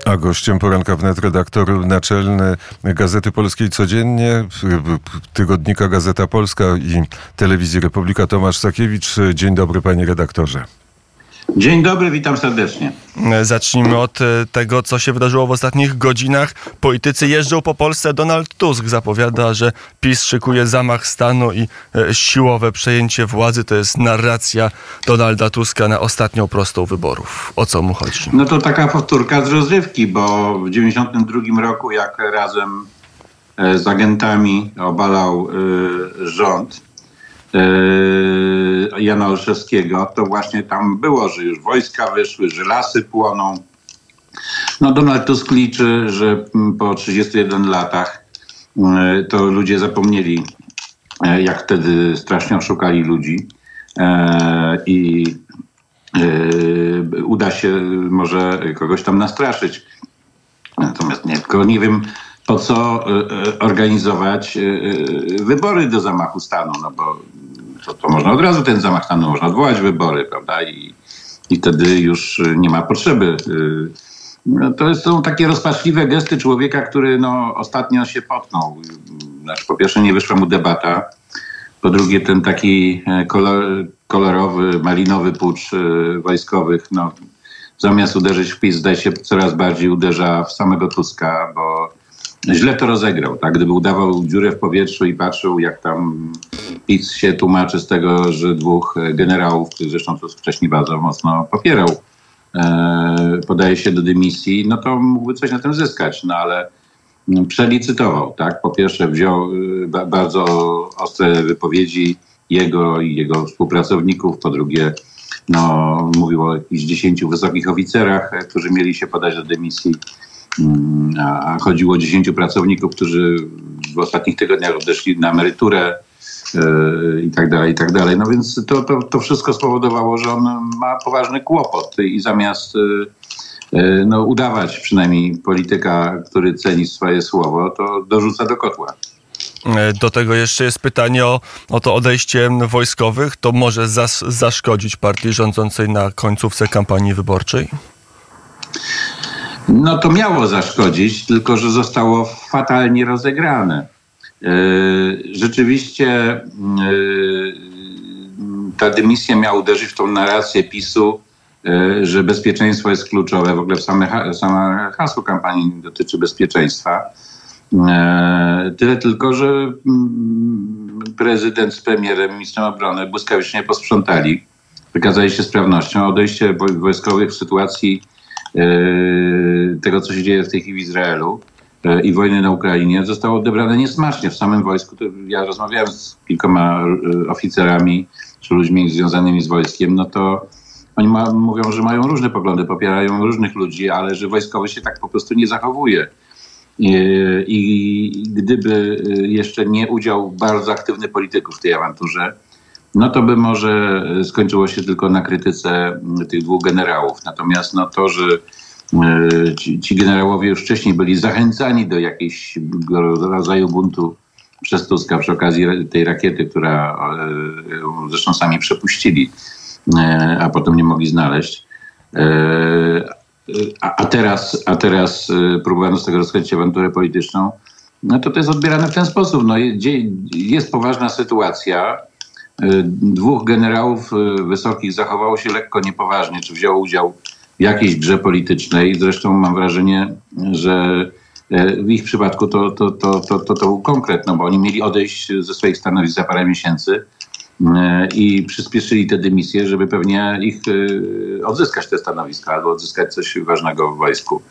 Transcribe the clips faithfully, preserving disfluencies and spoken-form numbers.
A gościem Poranka Wnet redaktor naczelny Gazety Polskiej Codziennie, tygodnika Gazeta Polska i Telewizji Republika Tomasz Sakiewicz. Dzień dobry, panie redaktorze. Dzień dobry, witam serdecznie. Zacznijmy od tego, co się wydarzyło w ostatnich godzinach. Politycy jeżdżą po Polsce. Donald Tusk zapowiada, że PiS szykuje zamach stanu i siłowe przejęcie władzy. To jest narracja Donalda Tuska na ostatnią prostą wyborów. O co mu chodzi? No to taka powtórka z rozrywki, bo w dziewięćdziesiątym drugim roku, jak razem z agentami obalał y, rząd y, Jana Olszewskiego, to właśnie tam było, że już wojska wyszły, że lasy płoną. No Donald Tusk liczy, że po trzydziestu jeden latach y, to ludzie zapomnieli, y, jak wtedy strasznie oszukali ludzi y, i y, uda się może kogoś tam nastraszyć. Natomiast nie, tylko nie wiem, po co y, organizować y, wybory do zamachu stanu, no bo to, to można od razu ten zamach stanu, można odwołać wybory, prawda, i, i wtedy już nie ma potrzeby. Y, no, to są takie rozpaczliwe gesty człowieka, który no, ostatnio się potknął. Znaczy, po pierwsze nie wyszła mu debata, po drugie ten taki kolor, kolorowy, malinowy pucz y, wojskowych, no zamiast uderzyć w PiS, zdaje się, coraz bardziej uderza w samego Tuska, bo źle to rozegrał. Tak? Gdyby udawał dziurę w powietrzu i patrzył, jak tam PiS się tłumaczy z tego, że dwóch generałów, których zresztą Tusk wcześniej bardzo mocno popierał, e, podaje się do dymisji, no to mógłby coś na tym zyskać. No ale przelicytował. Tak? Po pierwsze wziął ba- bardzo ostre wypowiedzi jego i jego współpracowników, po drugie no, mówił o jakichś dziesięciu wysokich oficerach, którzy mieli się podać do dymisji, a chodziło o dziesięciu pracowników, którzy w ostatnich tygodniach odeszli na emeryturę yy, i tak dalej, i tak dalej. No więc to, to, to wszystko spowodowało, że on ma poważny kłopot i zamiast yy, yy, no, udawać przynajmniej polityka, który ceni swoje słowo, to dorzuca do kotła. Do tego jeszcze jest pytanie o, o to odejście wojskowych. To może zas, zaszkodzić partii rządzącej na końcówce kampanii wyborczej? No to miało zaszkodzić, tylko że zostało fatalnie rozegrane. Yy, rzeczywiście yy, ta dymisja miała uderzyć w tą narrację PiSu, yy, że bezpieczeństwo jest kluczowe. W ogóle same, same hasło kampanii dotyczy bezpieczeństwa. Tyle tylko, że prezydent z premierem, ministrem obrony błyskawicznie posprzątali, wykazali się sprawnością. Odejście wojskowych w sytuacji tego, co się dzieje w tej chwili w Izraelu i wojny na Ukrainie, zostało odebrane niesmacznie w samym wojsku. Ja rozmawiałem z kilkoma oficerami czy ludźmi związanymi z wojskiem, no to oni ma, mówią, że mają różne poglądy, popierają różnych ludzi, ale że wojskowy się tak po prostu nie zachowuje. I, I gdyby jeszcze nie udział bardzo aktywny polityków w tej awanturze, no to by może skończyło się tylko na krytyce tych dwóch generałów. Natomiast no to, że ci, ci generałowie już wcześniej byli zachęcani do jakiegoś rodzaju buntu przez Tuska przy okazji tej rakiety, która zresztą sami przepuścili, a potem nie mogli znaleźć. A, a teraz, a teraz próbowano z tego rozkręcić awanturę polityczną, no to to jest odbierane w ten sposób. No, jest poważna sytuacja. Dwóch generałów wysokich zachowało się lekko niepoważnie, czy wzięło udział w jakiejś grze politycznej. Zresztą mam wrażenie, że w ich przypadku to, to, to, to, to, to był konkret, no bo oni mieli odejść ze swoich stanowisk za parę miesięcy i przyspieszyli te dymisje, żeby pewnie ich odzyskać te stanowiska albo odzyskać coś ważnego w wojsku.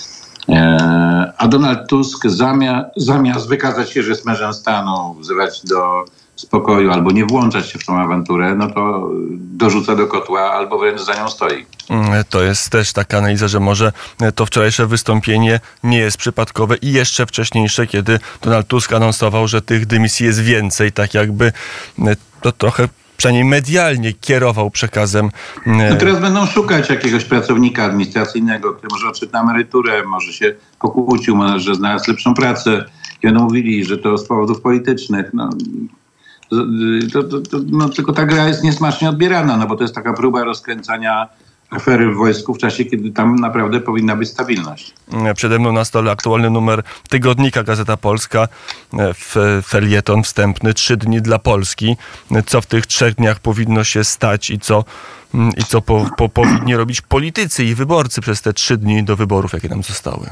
A Donald Tusk zamiast, zamiast wykazać się, że jest mężem stanu, wzywać do spokoju albo nie włączać się w tą awanturę, no to dorzuca do kotła albo wręcz za nią stoi. To jest też taka analiza, że może to wczorajsze wystąpienie nie jest przypadkowe i jeszcze wcześniejsze, kiedy Donald Tusk anonsował, że tych dymisji jest więcej, tak jakby to trochę przynajmniej medialnie kierował przekazem. No teraz będą szukać jakiegoś pracownika administracyjnego, który może odszedł na emeryturę, może się pokłócił, może znalazł lepszą pracę i będą mówili, że to z powodów politycznych. No, to, to, to, no, tylko ta gra jest niesmacznie odbierana, no bo to jest taka próba rozkręcania afery w wojsku w czasie, kiedy tam naprawdę powinna być stabilność. Przede mną na stole aktualny numer tygodnika Gazeta Polska, f- felieton wstępny, trzy dni dla Polski. Co w tych trzech dniach powinno się stać i co, i co po, po, powinni robić politycy i wyborcy przez te trzy dni do wyborów, jakie nam zostały?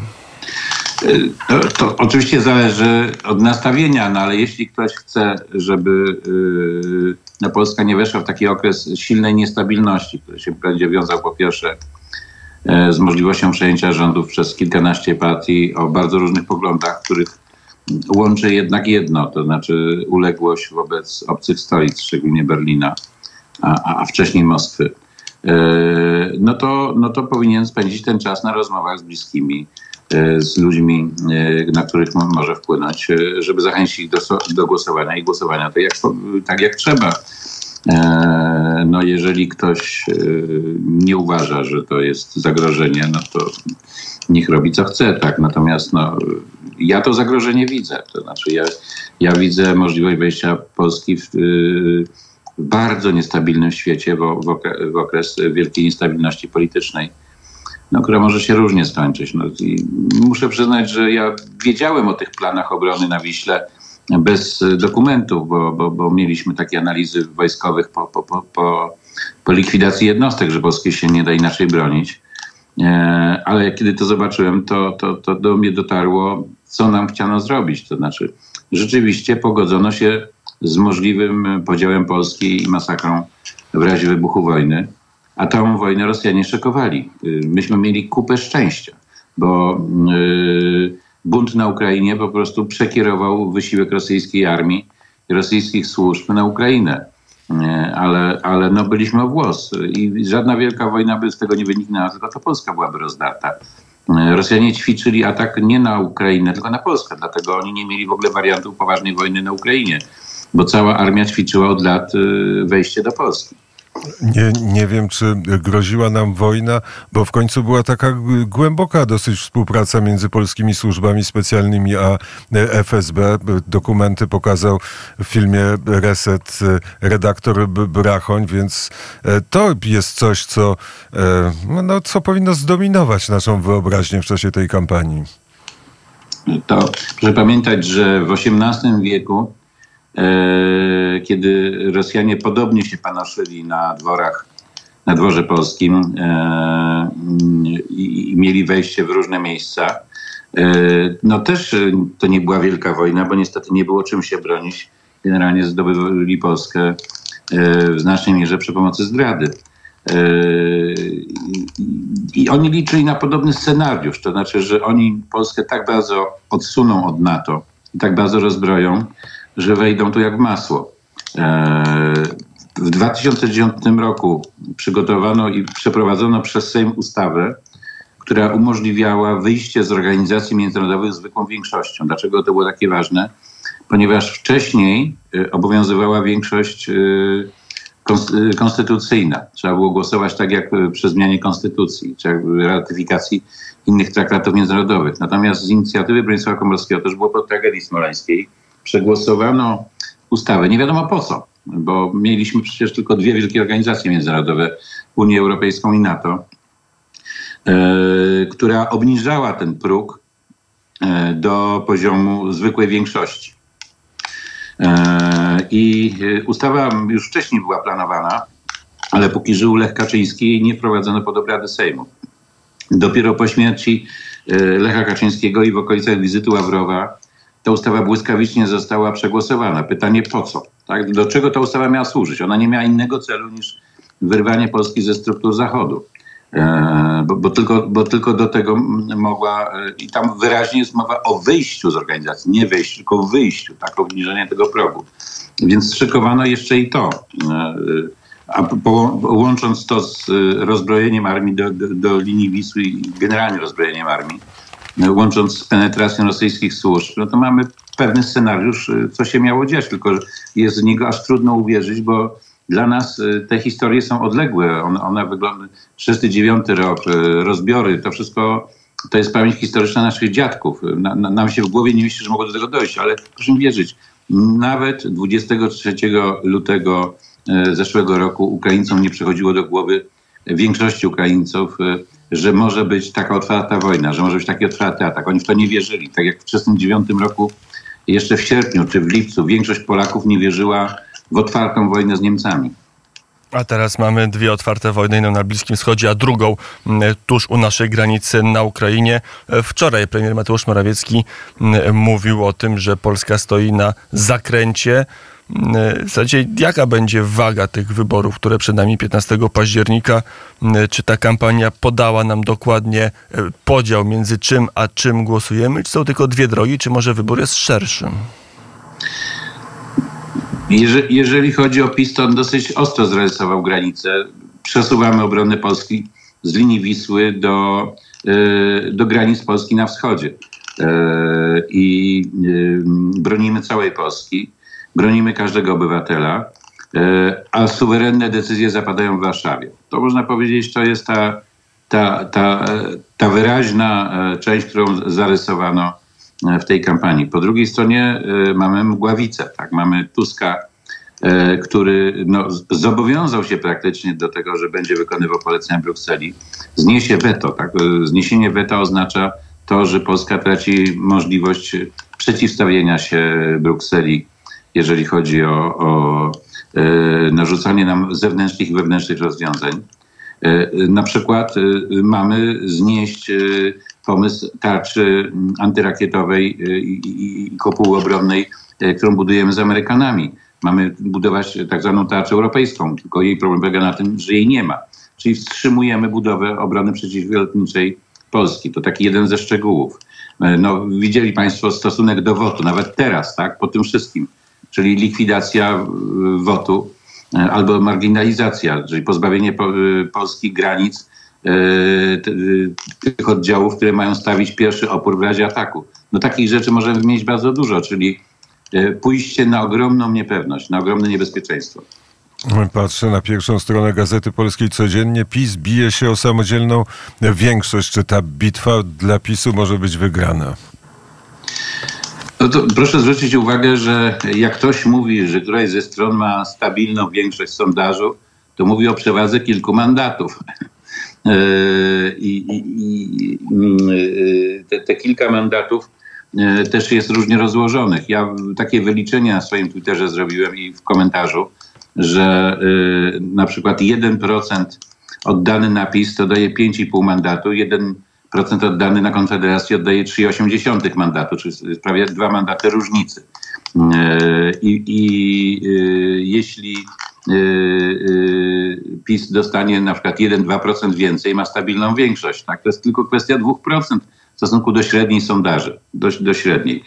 To, to oczywiście zależy od nastawienia, no ale jeśli ktoś chce, żeby yy, no Polska nie weszła w taki okres silnej niestabilności, który się będzie wiązał po pierwsze yy, z możliwością przejęcia rządów przez kilkanaście partii o bardzo różnych poglądach, których łączy jednak jedno, to znaczy uległość wobec obcych stolic, szczególnie Berlina, a, a wcześniej Moskwy. Yy, no, to, no to powinien spędzić ten czas na rozmowach z bliskimi, z ludźmi, na których może wpłynąć, żeby zachęcić ich do, do głosowania i głosowania tak jak, tak jak trzeba. No jeżeli ktoś nie uważa, że to jest zagrożenie, no to niech robi co chce, tak. Natomiast no, ja to zagrożenie widzę. To znaczy ja, ja widzę możliwość wejścia Polski w, w bardzo niestabilnym świecie, w, w, okres, w okres wielkiej niestabilności politycznej, no, która może się różnie skończyć. No, i muszę przyznać, że ja wiedziałem o tych planach obrony na Wiśle bez dokumentów, bo, bo, bo mieliśmy takie analizy wojskowych po, po, po, po, po likwidacji jednostek, że Polskie się nie da inaczej bronić. E, ale kiedy to zobaczyłem, to, to, to do mnie dotarło, co nam chciano zrobić. To znaczy, rzeczywiście pogodzono się z możliwym podziałem Polski i masakrą w razie wybuchu wojny. A tą wojnę Rosjanie szykowali. Myśmy mieli kupę szczęścia, bo yy, bunt na Ukrainie po prostu przekierował wysiłek rosyjskiej armii i rosyjskich służb na Ukrainę. Yy, ale ale no, byliśmy o włos i żadna wielka wojna by z tego nie wyniknęła, tylko to Polska byłaby rozdarta. Yy, Rosjanie ćwiczyli atak nie na Ukrainę, tylko na Polskę, dlatego oni nie mieli w ogóle wariantu poważnej wojny na Ukrainie, bo cała armia ćwiczyła od lat yy, wejście do Polski. Nie, nie wiem, czy groziła nam wojna, bo w końcu była taka głęboka dosyć współpraca między polskimi służbami specjalnymi a F S B. Dokumenty pokazał w filmie Reset redaktor Brachoń, więc to jest coś, co, no, co powinno zdominować naszą wyobraźnię w czasie tej kampanii. To proszę pamiętać, że w osiemnastym wieku, kiedy Rosjanie podobnie się panoszyli na dworach, na dworze polskim e, i, i mieli wejście w różne miejsca, e, no też to nie była wielka wojna, bo niestety nie było czym się bronić. Generalnie zdobywali Polskę e, w znacznej mierze przy pomocy zdrady. E, i, I oni liczyli na podobny scenariusz, to znaczy, że oni Polskę tak bardzo odsuną od NATO i tak bardzo rozbroją, że wejdą tu jak w masło. W dwa tysiące dziewiątym roku przygotowano i przeprowadzono przez Sejm ustawę, która umożliwiała wyjście z organizacji międzynarodowych zwykłą większością. Dlaczego to było takie ważne? Ponieważ wcześniej obowiązywała większość konstytucyjna. Trzeba było głosować tak jak przy zmianie konstytucji, czy ratyfikacji innych traktatów międzynarodowych. Natomiast z inicjatywy Bronisława Komorowskiego, to już było po tragedii smoleńskiej, przegłosowano ustawę, nie wiadomo po co, bo mieliśmy przecież tylko dwie wielkie organizacje międzynarodowe, Unię Europejską i NATO, e, która obniżała ten próg e, do poziomu zwykłej większości. E, I ustawa już wcześniej była planowana, ale póki żył Lech Kaczyński, nie wprowadzono pod obrady Sejmu. Dopiero po śmierci e, Lecha Kaczyńskiego i w okolicach wizyty Ławrowa ta ustawa błyskawicznie została przegłosowana. Pytanie po co? Tak? Do czego ta ustawa miała służyć? Ona nie miała innego celu niż wyrwanie Polski ze struktur Zachodu. E, bo, bo, tylko, bo tylko do tego mogła... E, I tam wyraźnie jest mowa o wyjściu z organizacji. Nie wejściu, tylko o wyjściu. Tak, obniżenie tego progu. Więc szykowano jeszcze i to. E, a po, łącząc to z rozbrojeniem armii do, do, do linii Wisły i generalnie rozbrojeniem armii, łącząc z penetracją rosyjskich służb, no to mamy pewny scenariusz, co się miało dziać, tylko jest z niego aż trudno uwierzyć, bo dla nas te historie są odległe. One, one wyglądają, trzydziesty dziewiąty rok, rozbiory, to wszystko to jest pamięć historyczna naszych dziadków. Na, na, nam się w głowie nie mieści, że mogło do tego dojść, ale proszę mi wierzyć, nawet dwudziestego trzeciego lutego zeszłego roku Ukraińcom nie przychodziło do głowy większości Ukraińców, że może być taka otwarta wojna, że może być taki otwarty atak. Oni w to nie wierzyli. Tak jak w tysiąc dziewięćset trzydziestym dziewiątym roku, jeszcze w sierpniu czy w lipcu, większość Polaków nie wierzyła w otwartą wojnę z Niemcami. A teraz mamy dwie otwarte wojny, jedną na Bliskim Wschodzie, a drugą tuż u naszej granicy na Ukrainie. Wczoraj premier Mateusz Morawiecki mówił o tym, że Polska stoi na zakręcie. W zasadzie jaka będzie waga tych wyborów, które przed nami piętnastego października? Czy ta kampania podała nam dokładnie podział między czym a czym głosujemy? Czy są tylko dwie drogi? Czy może wybór jest szerszy? Jeżeli, jeżeli chodzi o PiS, to on dosyć ostro zarysował granicę. Przesuwamy obronę Polski z linii Wisły do, do granic Polski na wschodzie. I bronimy całej Polski. Bronimy każdego obywatela, a suwerenne decyzje zapadają w Warszawie. To można powiedzieć, to jest ta, ta, ta, ta wyraźna część, którą zarysowano w tej kampanii. Po drugiej stronie mamy Mgławicę, tak? Mamy Tuska, który no, zobowiązał się praktycznie do tego, że będzie wykonywał polecenia Brukseli. Zniesie weto. Tak? Zniesienie weta oznacza to, że Polska traci możliwość przeciwstawienia się Brukseli, jeżeli chodzi o, o e, narzucanie nam zewnętrznych i wewnętrznych rozwiązań. E, na przykład e, mamy znieść e, pomysł tarczy antyrakietowej e, i, i kopuły obronnej, e, którą budujemy z Amerykanami. Mamy budować tak zwaną tarczę europejską, tylko jej problem polega na tym, że jej nie ma. Czyli wstrzymujemy budowę obrony przeciwlotniczej Polski. To taki jeden ze szczegółów. E, no, widzieli Państwo stosunek do wotu, nawet teraz, tak, po tym wszystkim. Czyli likwidacja wotu albo marginalizacja, czyli pozbawienie po, polskich granic e, tych oddziałów, które mają stawić pierwszy opór w razie ataku. No takich rzeczy możemy wymienić bardzo dużo, czyli e, pójście na ogromną niepewność, na ogromne niebezpieczeństwo. Patrzę na pierwszą stronę Gazety Polskiej codziennie. PiS bije się o samodzielną większość. Czy ta bitwa dla PiSu może być wygrana? No to proszę zwrócić uwagę, że jak ktoś mówi, że któraś ze stron ma stabilną większość w sondażu, to mówi o przewadze kilku mandatów. I, i, i te, te kilka mandatów też jest różnie rozłożonych. Ja takie wyliczenia na swoim Twitterze zrobiłem i w komentarzu, że na przykład jeden procent oddany na PiS to daje pięć i pół mandatu, jeden procent oddany na Konfederację oddaje trzy przecinek osiem mandatu, czyli prawie dwa mandaty różnicy. I, i jeśli PiS dostanie na przykład jeden do dwóch procent więcej, ma stabilną większość. Tak? To jest tylko kwestia dwóch procent w stosunku do średniej sondaży, do, do średniej.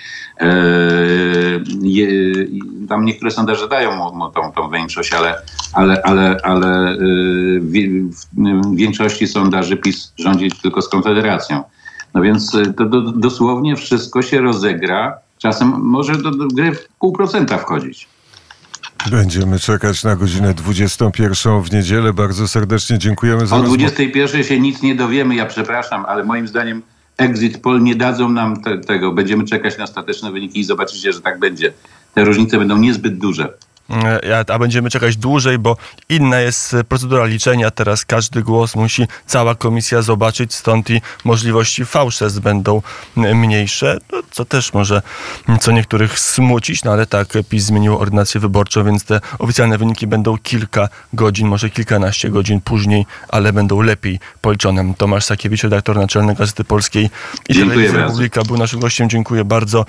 Je, tam niektóre sondaże dają mu, mu tą, tą większość, ale, ale, ale, ale w, w większości sondaży PiS rządzi tylko z Konfederacją. No więc to do, dosłownie wszystko się rozegra. Czasem może do, do gry w pół procenta wchodzić. Będziemy czekać na godzinę dwudziestą pierwszą w niedzielę. Bardzo serdecznie dziękujemy za O dwudziestej pierwszej się nic nie dowiemy, ja przepraszam, ale moim zdaniem exit poll nie dadzą nam te, tego. Będziemy czekać na ostateczne wyniki i zobaczycie, że tak będzie. Te różnice będą niezbyt duże. A będziemy czekać dłużej, bo inna jest procedura liczenia. Teraz każdy głos musi cała komisja zobaczyć, stąd i możliwości fałszerstw będą mniejsze, no, co też może co niektórych smucić, no ale tak, PiS zmieniło ordynację wyborczą, więc te oficjalne wyniki będą kilka godzin, może kilkanaście godzin później, ale będą lepiej policzone. Tomasz Sakiewicz, redaktor naczelny Gazety Polskiej i Telewizji Republika był naszym gościem. Dziękuję bardzo.